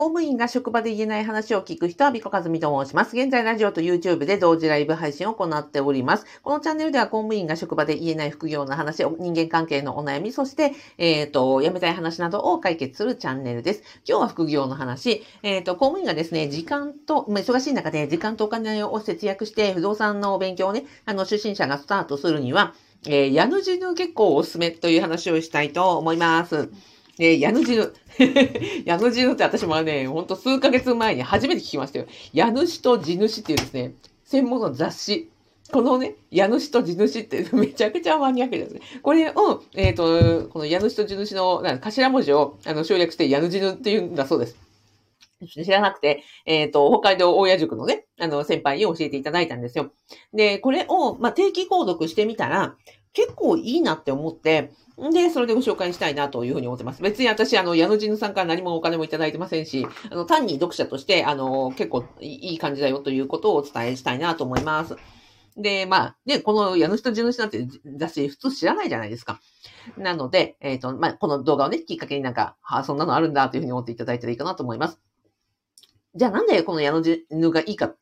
公務員が職場で言えない話を聞く人は、ビコカズミと申します。現在、ラジオと YouTube で同時ライブ配信を行っております。このチャンネルでは、公務員が職場で言えない副業の話、人間関係のお悩み、そして、辞めたい話などを解決するチャンネルです。今日は副業の話。公務員がですね、忙しい中で時間とお金を節約して、不動産の勉強をね、初心者がスタートするには、家主の結構おすすめという話をしたいと思います。家主。家主って私もね、ほんと数ヶ月前に初めて聞きましたよ。家主と地主っていうですね、専門の雑誌。このね、家主と地主ってめちゃくちゃマニアックですね。これを、この家主と地主の頭文字を省略して家主っていうんだそうです。知らなくて、北海道大谷塾のね、先輩に教えていただいたんですよ。で、これを、定期購読してみたら、結構いいなって思って、で、それでご紹介したいなというふうに思ってます。別に私、矢野ジヌさんから何もお金もいただいてませんし、単に読者として、結構いい感じだよということをお伝えしたいなと思います。で、この家主と地主なんて雑誌普通知らないじゃないですか。なので、この動画をね、きっかけにそんなのあるんだというふうに思っていただいたらいいかなと思います。じゃあなんでこの家主がいいかって、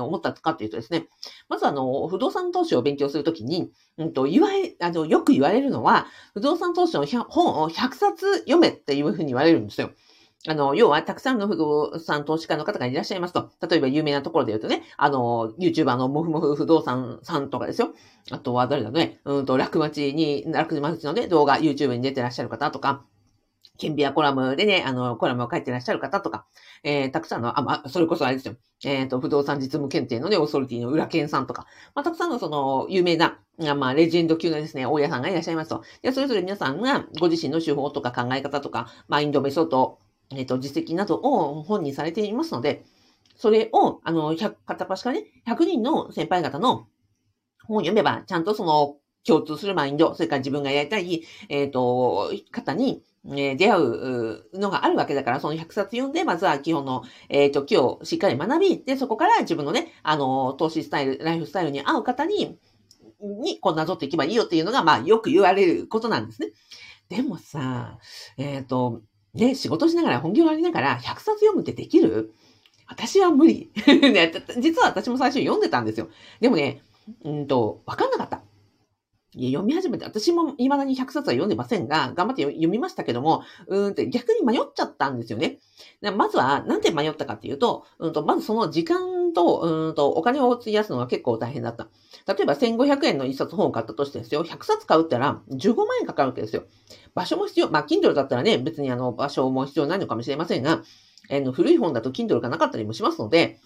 思ったかっていうとですね、まず不動産投資を勉強するときに、よく言われるのは、不動産投資の本を100冊読めっていうふうに言われるんですよ。要は、たくさんの不動産投資家の方がいらっしゃいますと。例えば、有名なところで言うとね、YouTuber のもふもふ不動産さんとかですよ。あとは誰だね、楽町のね、動画、YouTube に出てらっしゃる方とか、ケンビアコラムでね、コラムを書いてらっしゃる方とか、たくさんの、それこそあれですよ。不動産実務検定のね、オーソリティの裏剣さんとか、たくさんのその、有名な、レジェンド級のですね、大家さんがいらっしゃいますと。で、それぞれ皆さんがご自身の手法とか考え方とか、マインドメソッド、実績などを本にされていますので、それを、片っ端からね、100人の先輩方の本を読めば、ちゃんとその、共通するマインド、それから自分がやりたい、方に、出会うのがあるわけだから、その100冊読んで、まずは基本の、木をしっかり学び、で、そこから自分のね、投資スタイル、ライフスタイルに合う方にこうなぞっていけばいいよっていうのが、よく言われることなんですね。でもさ、仕事しながら、本業やりながら、100冊読むってできる？私は無理。ね、実は私も最初読んでたんですよ。でもね、わかんなかった。読み始めて、私も未だに100冊は読んでませんが、頑張って読みましたけども、逆に迷っちゃったんですよね。まずは、なんで迷ったかっていうと、まずその時間と、お金を費やすのが結構大変だった。例えば1500円の一冊本を買ったとしてですよ、100冊買うったら15万円かかるわけですよ。場所も必要、Kindle だったらね、別に場所も必要ないのかもしれませんが、古い本だと Kindle がなかったりもしますので、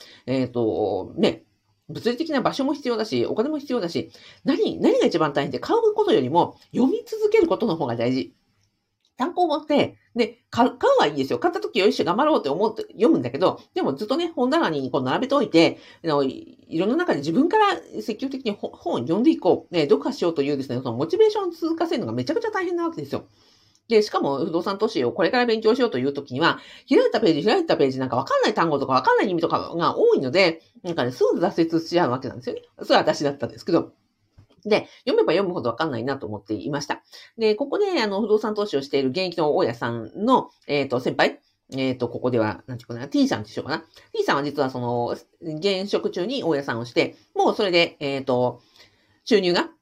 物理的な場所も必要だし、お金も必要だし、何が一番大変って買うことよりも読み続けることの方が大事。単行本って、で、買うはいいですよ。買った時よいしょ頑張ろうって思って読むんだけど、でもずっとね、本棚にこう並べておいて、いろんな中で自分から積極的に本を読んでいこう、読破しようというですね、そのモチベーションを続かせるのがめちゃくちゃ大変なわけですよ。で、しかも不動産投資をこれから勉強しようというときには、開いたページなんかわかんない単語とかわかんない意味とかが多いので、すぐ挫折しちゃうわけなんですよね。それは私だったんですけど。で、読めば読むほどわかんないなと思っていました。で、ここで、不動産投資をしている現役の大家さんの、先輩、ここでは、なんていうかな、T さんってしようかな。T さんは実はその、現職中に大家さんをして、もうそれで、収入が、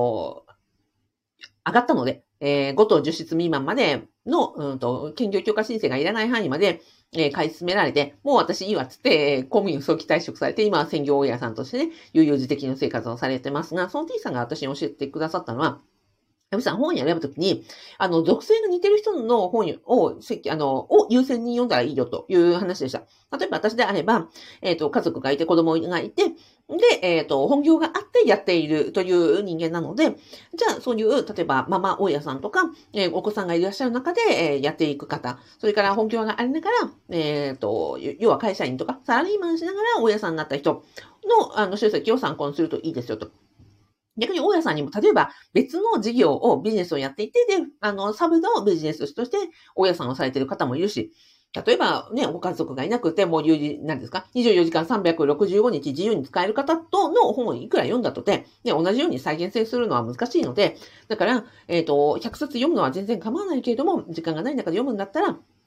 上がったので、5等10室未満までの、兼業許可申請がいらない範囲まで、買い進められて、もう私いいわっつって、公務員早期退職されて、今は専業大家さんとしてね、悠々自適の生活をされてますが、その T さんが私に教えてくださったのは、やぶさん、本を選ぶときに、属性が似てる人の本を優先に読んだらいいよという話でした。例えば私であれば、家族がいて子供がいて、で、本業があってやっているという人間なので、じゃあそういう、例えばママ大家さんとか、お子さんがいらっしゃる中で、やっていく方、それから本業がありながら、要は会社員とかサラリーマンしながら大家さんになった人の、書籍を参考にするといいですよと。逆に大家さんにも、例えば別の事業を、ビジネスをやっていて、で、サブのビジネスとして大家さんをされている方もいるし、例えばね、ご家族がいなくて、もう何ですか、24時間365日自由に使える方との本をいくら読んだとて、ね、同じように再現性するのは難しいので、だから、100冊読むのは全然構わないけれども、時間がない中で読むんだったら、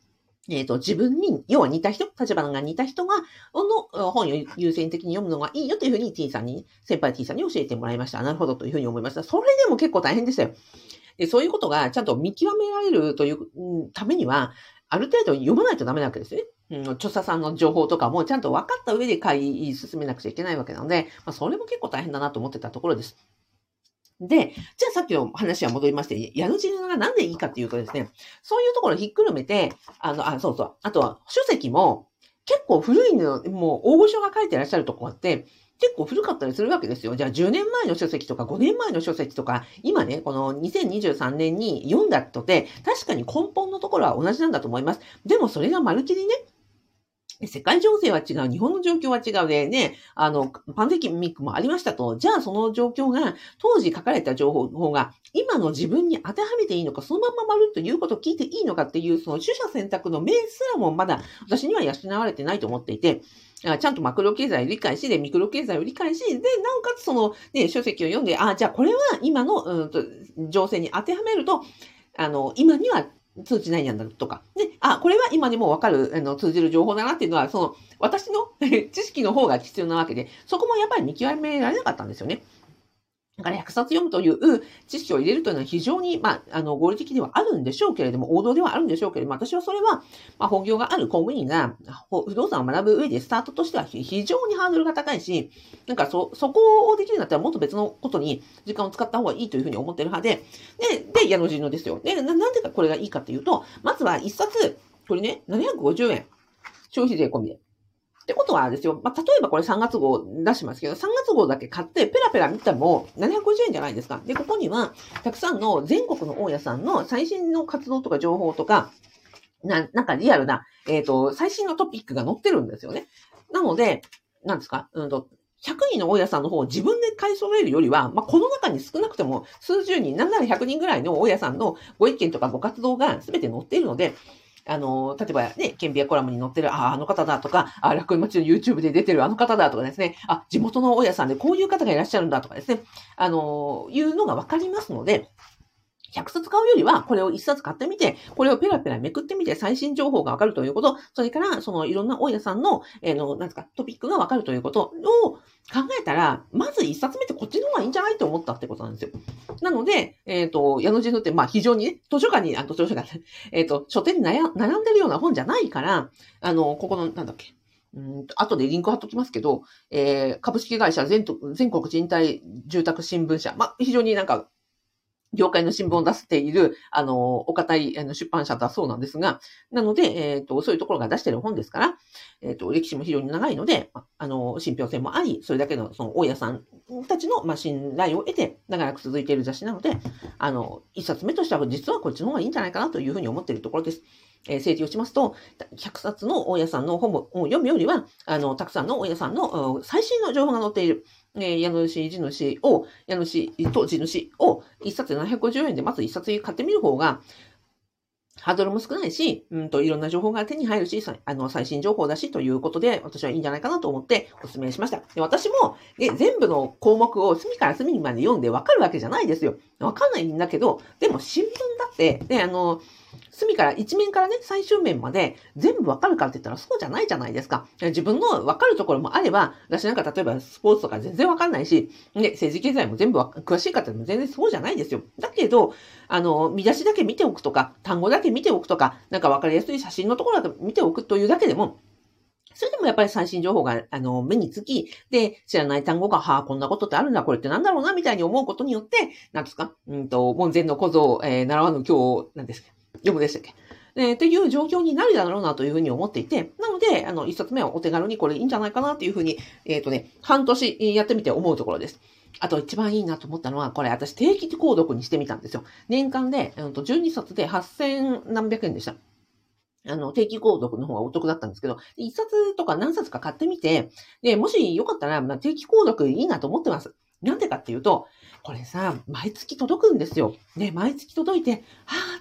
自分に、要は似た人、立場が似た人が、本を優先的に読むのがいいよというふうに T さんに、先輩 T さんに教えてもらいました。なるほどというふうに思いました。それでも結構大変でしたよ。で、そういうことがちゃんと見極められるというためには、ある程度読まないとダメなわけですね。著者さんの情報とかもちゃんと分かった上で買い進めなくちゃいけないわけなので、それも結構大変だなと思ってたところです。で、じゃあさっきの話は戻りまして、矢野汁がなんでいいかっていうとですね、そういうところをひっくるめて、そうそう。あとは書籍も結構古いの、もう大御所が書いてらっしゃるところって、結構古かったりするわけですよ。じゃあ10年前の書籍とか5年前の書籍とか、今ね、この2023年に読んだとて、確かに根本のところは同じなんだと思います。でもそれがまるきりね、世界情勢は違う、日本の状況は違うでね、パンデミックもありましたと、じゃあその状況が、当時書かれた情報が、今の自分に当てはめていいのか、そのまま丸ということを聞いていいのかっていう、その取捨選択の明すらもまだ私には養われてないと思っていて、ちゃんとマクロ経済を理解し、で、ミクロ経済を理解し、で、なおかつその、ね、書籍を読んで、じゃあこれは今の、情勢に当てはめると、今には通じないんだとか。で、これは今でもわかる、通じる情報だなっていうのは、私の知識の方が必要なわけで、そこもやっぱり見極められなかったんですよね。だから100冊読むという知識を入れるというのは非常に、合理的ではあるんでしょうけれども、王道ではあるんでしょうけれども、私はそれは、本業がある公務員が不動産を学ぶ上でスタートとしては非常にハードルが高いし、なんかそこをできるんだったらもっと別のことに時間を使った方がいいというふうに思ってる派で、矢野汁のですよ。で、なんでかこれがいいかっていうと、まずは一冊、これね、750円。消費税込みで。ってことはですよ、例えばこれ3月号出しますけど、3月号だけ買ってペラペラ見ても750円じゃないですか。で、ここにはたくさんの全国の大家さんの最新の活動とか情報とか、なんかリアルな、最新のトピックが載ってるんですよね。なので、なんですか、100人の大家さんの方を自分で買い揃えるよりは、この中に少なくても数十人、なんなら100人ぐらいの大家さんのご意見とかご活動が全て載っているので、例えばね、ケンビアコラムに載ってる、あの方だとか、楽園町の YouTube で出てるあの方だとかですね、地元の大家さんでこういう方がいらっしゃるんだとかですね、いうのがわかりますので、100冊買うよりは、これを1冊買ってみて、これをペラペラめくってみて、最新情報がわかるということ、それから、いろんな大家さんの、なんですか、トピックがわかるということを考えたら、まず1冊目ってこっちの方がいいんじゃないと思ったってことなんですよ。なので、矢野汁って、非常にね、書店に並んでるような本じゃないから、ここの、なんだっけ、後でリンク貼っときますけど、株式会社全国賃貸住宅新聞社、非常になんか、業界の新聞を出している、お堅い出版社だそうなんですが、なので、そういうところが出している本ですから、歴史も非常に長いので、信憑性もあり、それだけの、大家さんたちの、信頼を得て、長く続いている雑誌なので、一冊目としては、実はこっちの方がいいんじゃないかなというふうに思っているところです。整理をしますと、100冊の大家さんの本を読むよりは、たくさんの大家さんの最新の情報が載っている、家主、地主と地主を1冊750円でまず1冊買ってみる方が、ハードルも少ないし、いろんな情報が手に入るし、最新情報だしということで、私はいいんじゃないかなと思ってお勧めしました。で私も、全部の項目を隅から隅まで読んで分かるわけじゃないですよ。分かんないんだけど、でも新聞だって、隅から一面からね、最終面まで全部分かるかって言ったらそうじゃないじゃないですか。自分の分かるところもあれば、私なんか例えばスポーツとか全然分かんないし、政治経済も全部詳しい方でも全然そうじゃないですよ。だけど、見出しだけ見ておくとか、単語だけ見ておくとか、なんか分かりやすい写真のところだけ見ておくというだけでも、それでもやっぱり最新情報が、目につき、で、知らない単語が、こんなことってあるんだ、これってなんだろうな、みたいに思うことによって、なんですか、門前の小僧、習わぬ今日、なんですか、読むでしたっけ。っていう状況になるだろうなというふうに思っていて、なので、一冊目はお手軽にこれいいんじゃないかなというふうに、半年やってみて思うところです。あと一番いいなと思ったのは、これ私定期購読にしてみたんですよ。年間で、12冊で8000何百円でした。定期購読の方がお得だったんですけど、1冊とか何冊か買ってみて、で、もしよかったら、定期購読いいなと思ってます。なんでかっていうと、これさ、毎月届くんですよ。ね、毎月届いて、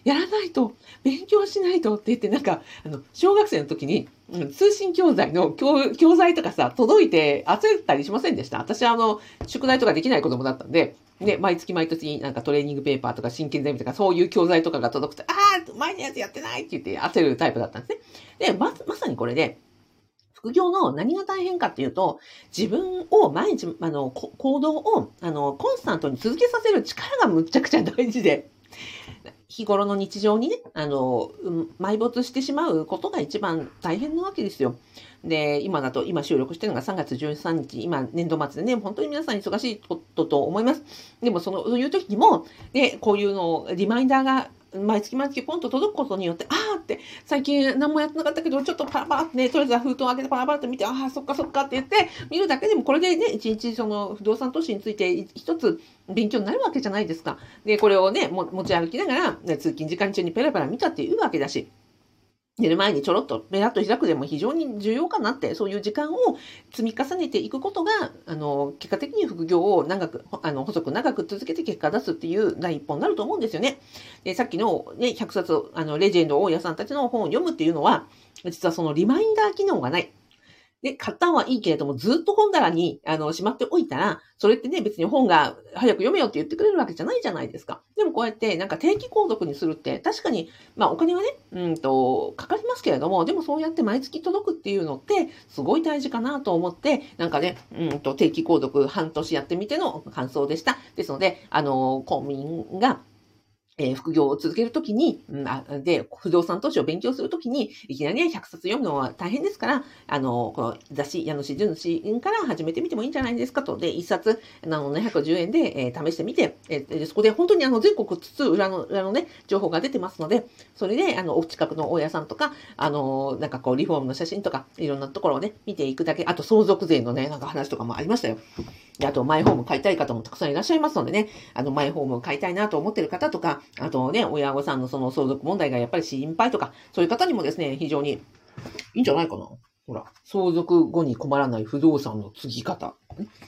やらないと、勉強しないとって言って、なんか、小学生の時に、通信教材の教材とかさ、届いて焦ったりしませんでした？私は宿題とかできない子供だったんで、で、毎月毎年なんかトレーニングペーパーとか真剣ゼミとかそういう教材とかが届くと、前のやつやってないって言って焦るタイプだったんですね。で、まさにこれで、副業の何が大変かっていうと、自分を毎日、行動を、コンスタントに続けさせる力がむちゃくちゃ大事で、日頃の日常にね、埋没してしまうことが一番大変なわけですよ。で、今収録してるのが3月13日、今年度末でね、本当に皆さん忙しいことと思います。でもそういう時にも、ね、こういうの、リマインダーが毎月毎月ポンと届くことによって、って最近何もやってなかったけど、ちょっとパラパラってね、とりあえずは封筒を開けてパラパラって見て、そっかそっかって言って、見るだけでもこれでね、一日その不動産投資について一つ勉強になるわけじゃないですか。で、これをね、持ち歩きながら、ね、通勤時間中にペラペラ見たっていうわけだし、寝る前にちょろっとペラッと開くでも非常に重要かなって、そういう時間を積み重ねていくことが、結果的に副業を細く長く続けて結果出すっていう第一歩になると思うんですよね。で、さっきのね、100冊、レジェンド大家さんたちの本を読むっていうのは、実はそのリマインダー機能がない。で、買ったはいいけれども、ずっと本棚に、しまっておいたら、それってね、別に本が早く読めよって言ってくれるわけじゃないじゃないですか。でもこうやって、なんか定期購読にするって、確かに、お金はね、かかりますけれども、でもそうやって毎月届くっていうのって、すごい大事かなと思って、なんかね、定期購読半年やってみての感想でした。ですので、公務員が、副業を続けるときに、で、不動産投資を勉強するときに、いきなり100冊読むのは大変ですから、この雑誌、家主、地主から始めてみてもいいんじゃないですかと。で、1冊、710円で、試してみて、そこで本当に全国津々浦のね、情報が出てますので、それで、お近くの大家さんとか、なんかこう、リフォームの写真とか、いろんなところをね、見ていくだけ、あと相続税のね、なんか話とかもありましたよ。で、あと、マイホーム買いたい方もたくさんいらっしゃいますのでね、マイホームを買いたいなと思っている方とか、あとね、親御さんのその相続問題がやっぱり心配とか、そういう方にもですね、非常にいいんじゃないかな。ほら、相続後に困らない不動産の継ぎ方。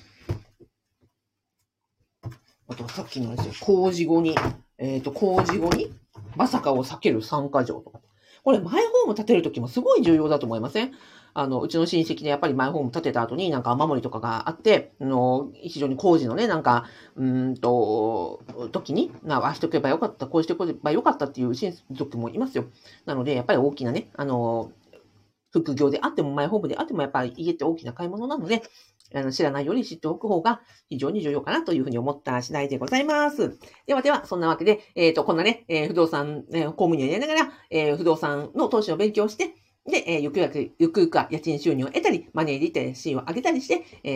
あと、さっきのですよ、工事後にまさかを避ける3か条とか。これ、マイホーム建てるときもすごい重要だと思いません？うちの親戚でやっぱりマイホーム建てた後になんか雨漏りとかがあって、非常に工事のね、なんか、時に、ああしておけばよかった、こうしておけばよかったっていう親族もいますよ。なので、やっぱり大きなね、副業であってもマイホームであってもやっぱり家って大きな買い物なので、知らないより知っておく方が非常に重要かなというふうに思った次第でございます。では、そんなわけで、こんなね、不動産、公務員をやりながら、不動産の投資を勉強して、で、ゆくゆくは家賃収入を得たり、マネーリテラシーを上げたりして、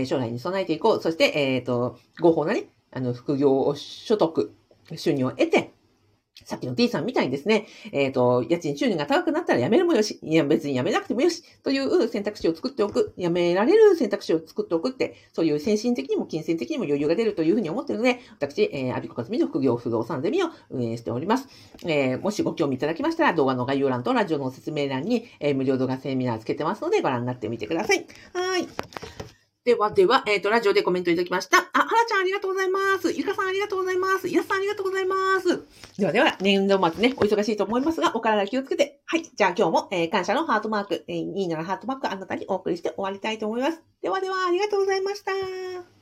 将来に備えていこう。そして、合法なね、副業所得、収入を得て、さっきの D さんみたいにですね、家賃収入が高くなったら辞めるもよし、いや別に辞めなくてもよし、という選択肢を作っておく、辞められる選択肢を作っておくって、そういう精神的にも金銭的にも余裕が出るというふうに思っているので、私、アビコカズミの副業不動産ゼミを運営しております。もしご興味いただきましたら、動画の概要欄とラジオの説明欄に、無料動画セミナーつけてますので、ご覧になってみてください。はい。では、ラジオでコメントいただきました。はらちゃんありがとうございます。ゆかさんありがとうございます。いやさんありがとうございます。では、年度末ね、お忙しいと思いますが、お体気をつけて。はい。じゃあ今日も、感謝のハートマーク、いいならハートマークあなたにお送りして終わりたいと思います。では、ありがとうございました。